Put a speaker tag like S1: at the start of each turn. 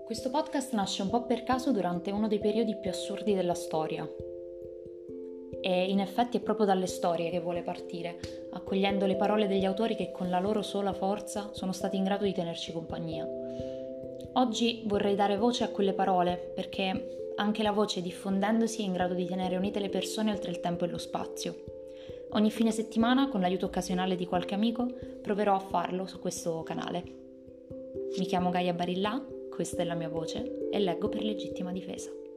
S1: Questo podcast nasce un po' per caso durante uno dei periodi più assurdi della storia. E in effetti è proprio dalle storie che vuole partire, accogliendo le parole degli autori che con la loro sola forza sono stati in grado di tenerci compagnia. Oggi vorrei dare voce a quelle parole, perché anche la voce diffondendosi è in grado di tenere unite le persone oltre il tempo e lo spazio. Ogni fine settimana, con l'aiuto occasionale di qualche amico, proverò a farlo su questo canale. Mi chiamo Gaia Barillà, questa è la mia voce e leggo per legittima difesa.